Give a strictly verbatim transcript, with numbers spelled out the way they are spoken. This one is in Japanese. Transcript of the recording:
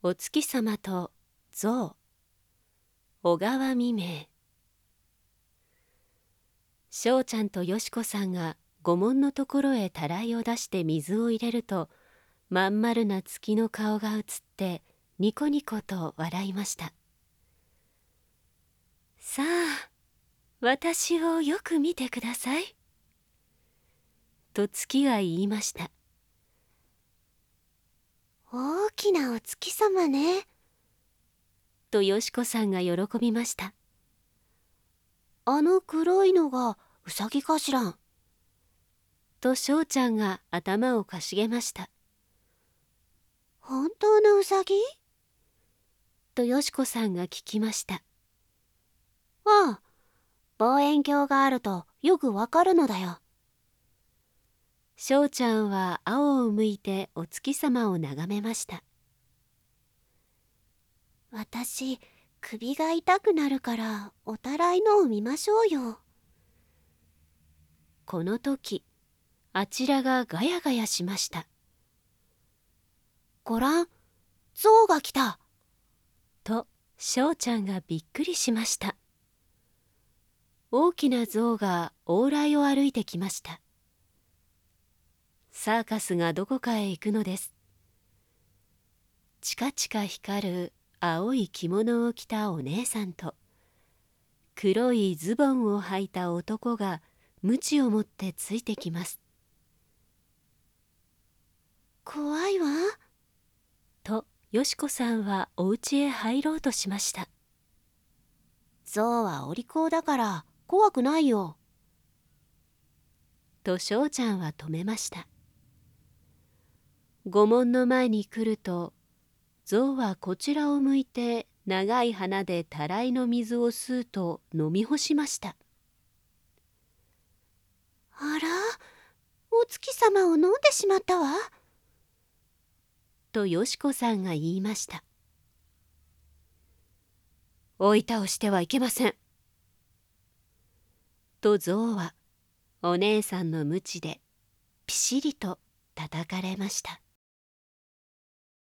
お月様と象。小川未明。しょうちゃんとよしこさんが御門のところへたらいを出して水を入れると、まん丸な月の顔が映ってニコニコと笑いました。さあ、私をよく見てください。と月は言いました。 大きなお月様ね。 とよしこさんが喜びました。 あの黒いのがうさぎかしらん。 としょうちゃんが頭をかしげました。 本当のうさぎ？ とよしこさんが聞きました。 ああ、望遠鏡があるとよくわかるのだよ。 しょうちゃんは青を向いてお月様を眺めました。 私、首が痛くなるからおたらいのを見ましょうよ。 この時、あちらがガヤガヤしました。 ごらん、象が来た。 と、しょうちゃんがびっくりしました。大きな象が往来を歩いてきました。サーカスがどこかへ行くのです。チカチカ光る青い着物を着たお姉さんと、黒いズボンを履いた男が鞭を持ってついてきます。 怖いわ。 と、よしこさんはお家へ入ろうとしました。 象はお利口だから怖くないよ。 としょうちゃんは止めました。御門の前に来ると、象はこちらを向いて長い鼻でたらいの水を吸うと飲み干しました。 あら、お月様を飲んでしまったわ。 とよしこさんが言いました。追い倒してはいけません。と象はお姉さんの鞭でピシリと叩かれました。